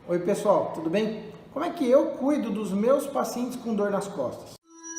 Oi pessoal, tudo bem? Como é que eu cuido dos meus pacientes com dor nas costas?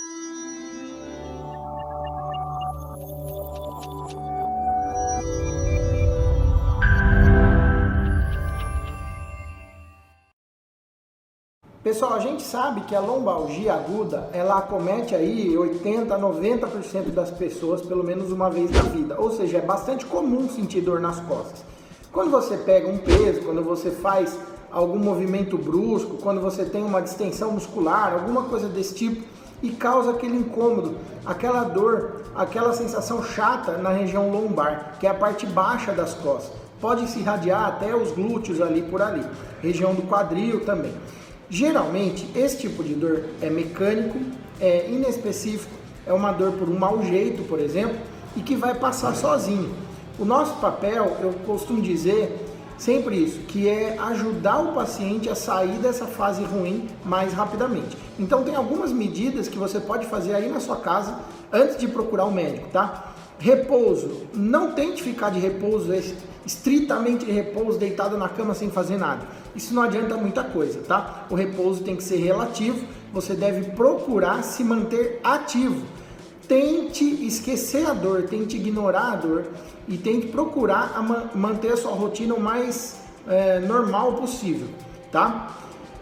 Pessoal, a gente sabe que a lombalgia aguda, ela acomete aí 80 a 90% das pessoas pelo menos uma vez na vida. Ou seja, é bastante comum sentir dor nas costas. Quando você pega um peso, quando você faz algum movimento brusco, quando você tem uma distensão muscular, alguma coisa desse tipo, e causa aquele incômodo, aquela dor, aquela sensação chata na região lombar, que é a parte baixa das costas. Pode se irradiar até os glúteos ali por ali, região do quadril também. Geralmente, esse tipo de dor é mecânico, é inespecífico, é uma dor por um mau jeito, por exemplo, e que vai passar sozinho. O nosso papel, eu costumo dizer sempre isso, que é ajudar o paciente a sair dessa fase ruim mais rapidamente. Então tem algumas medidas que você pode fazer aí na sua casa antes de procurar um médico, tá? Repouso, não tente ficar de repouso, estritamente de repouso, deitado na cama sem fazer nada. Isso não adianta muita coisa, tá? O repouso tem que ser relativo, você deve procurar se manter ativo. Tente esquecer a dor, tente ignorar a dor e tente procurar manter a sua rotina o mais normal possível, tá?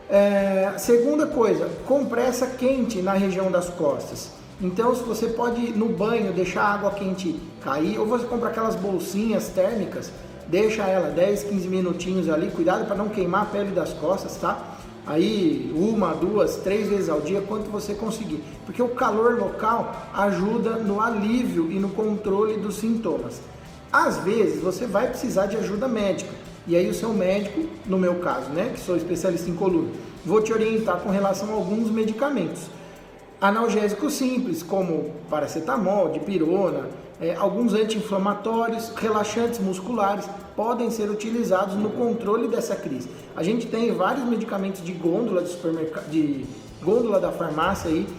Segunda coisa, compressa quente na região das costas. Então, se você pode ir no banho, deixar a água quente cair, ou você compra aquelas bolsinhas térmicas, deixa ela 10, 15 minutinhos ali, cuidado para não queimar a pele das costas, tá? Aí, 1, 2, 3 vezes ao dia, quanto você conseguir. Porque o calor local ajuda no alívio e no controle dos sintomas. Às vezes, você vai precisar de ajuda médica. E aí, o seu médico, no meu caso, né, que sou especialista em coluna, vou te orientar com relação a alguns medicamentos. Analgésicos simples, como paracetamol, dipirona, alguns anti-inflamatórios, relaxantes musculares, podem ser utilizados no controle dessa crise. A gente tem vários medicamentos de gôndola do supermercado, de gôndola da farmácia aí,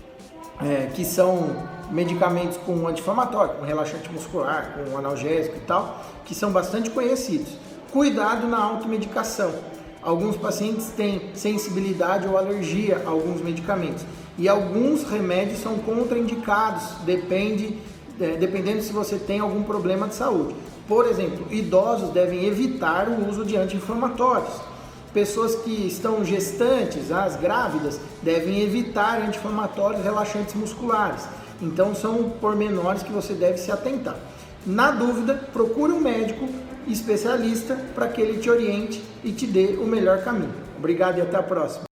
que são medicamentos com anti-inflamatório, com relaxante muscular, com analgésico e tal, que são bastante conhecidos. Cuidado na automedicação. Alguns pacientes têm sensibilidade ou alergia a alguns medicamentos e alguns remédios são contraindicados, dependendo se você tem algum problema de saúde. Por exemplo, idosos devem evitar o uso de anti-inflamatórios. Pessoas que estão gestantes, as grávidas, devem evitar anti-inflamatórios relaxantes musculares. Então são pormenores que você deve se atentar. Na dúvida, procure um médico especialista para que ele te oriente e te dê o melhor caminho. Obrigado e até a próxima.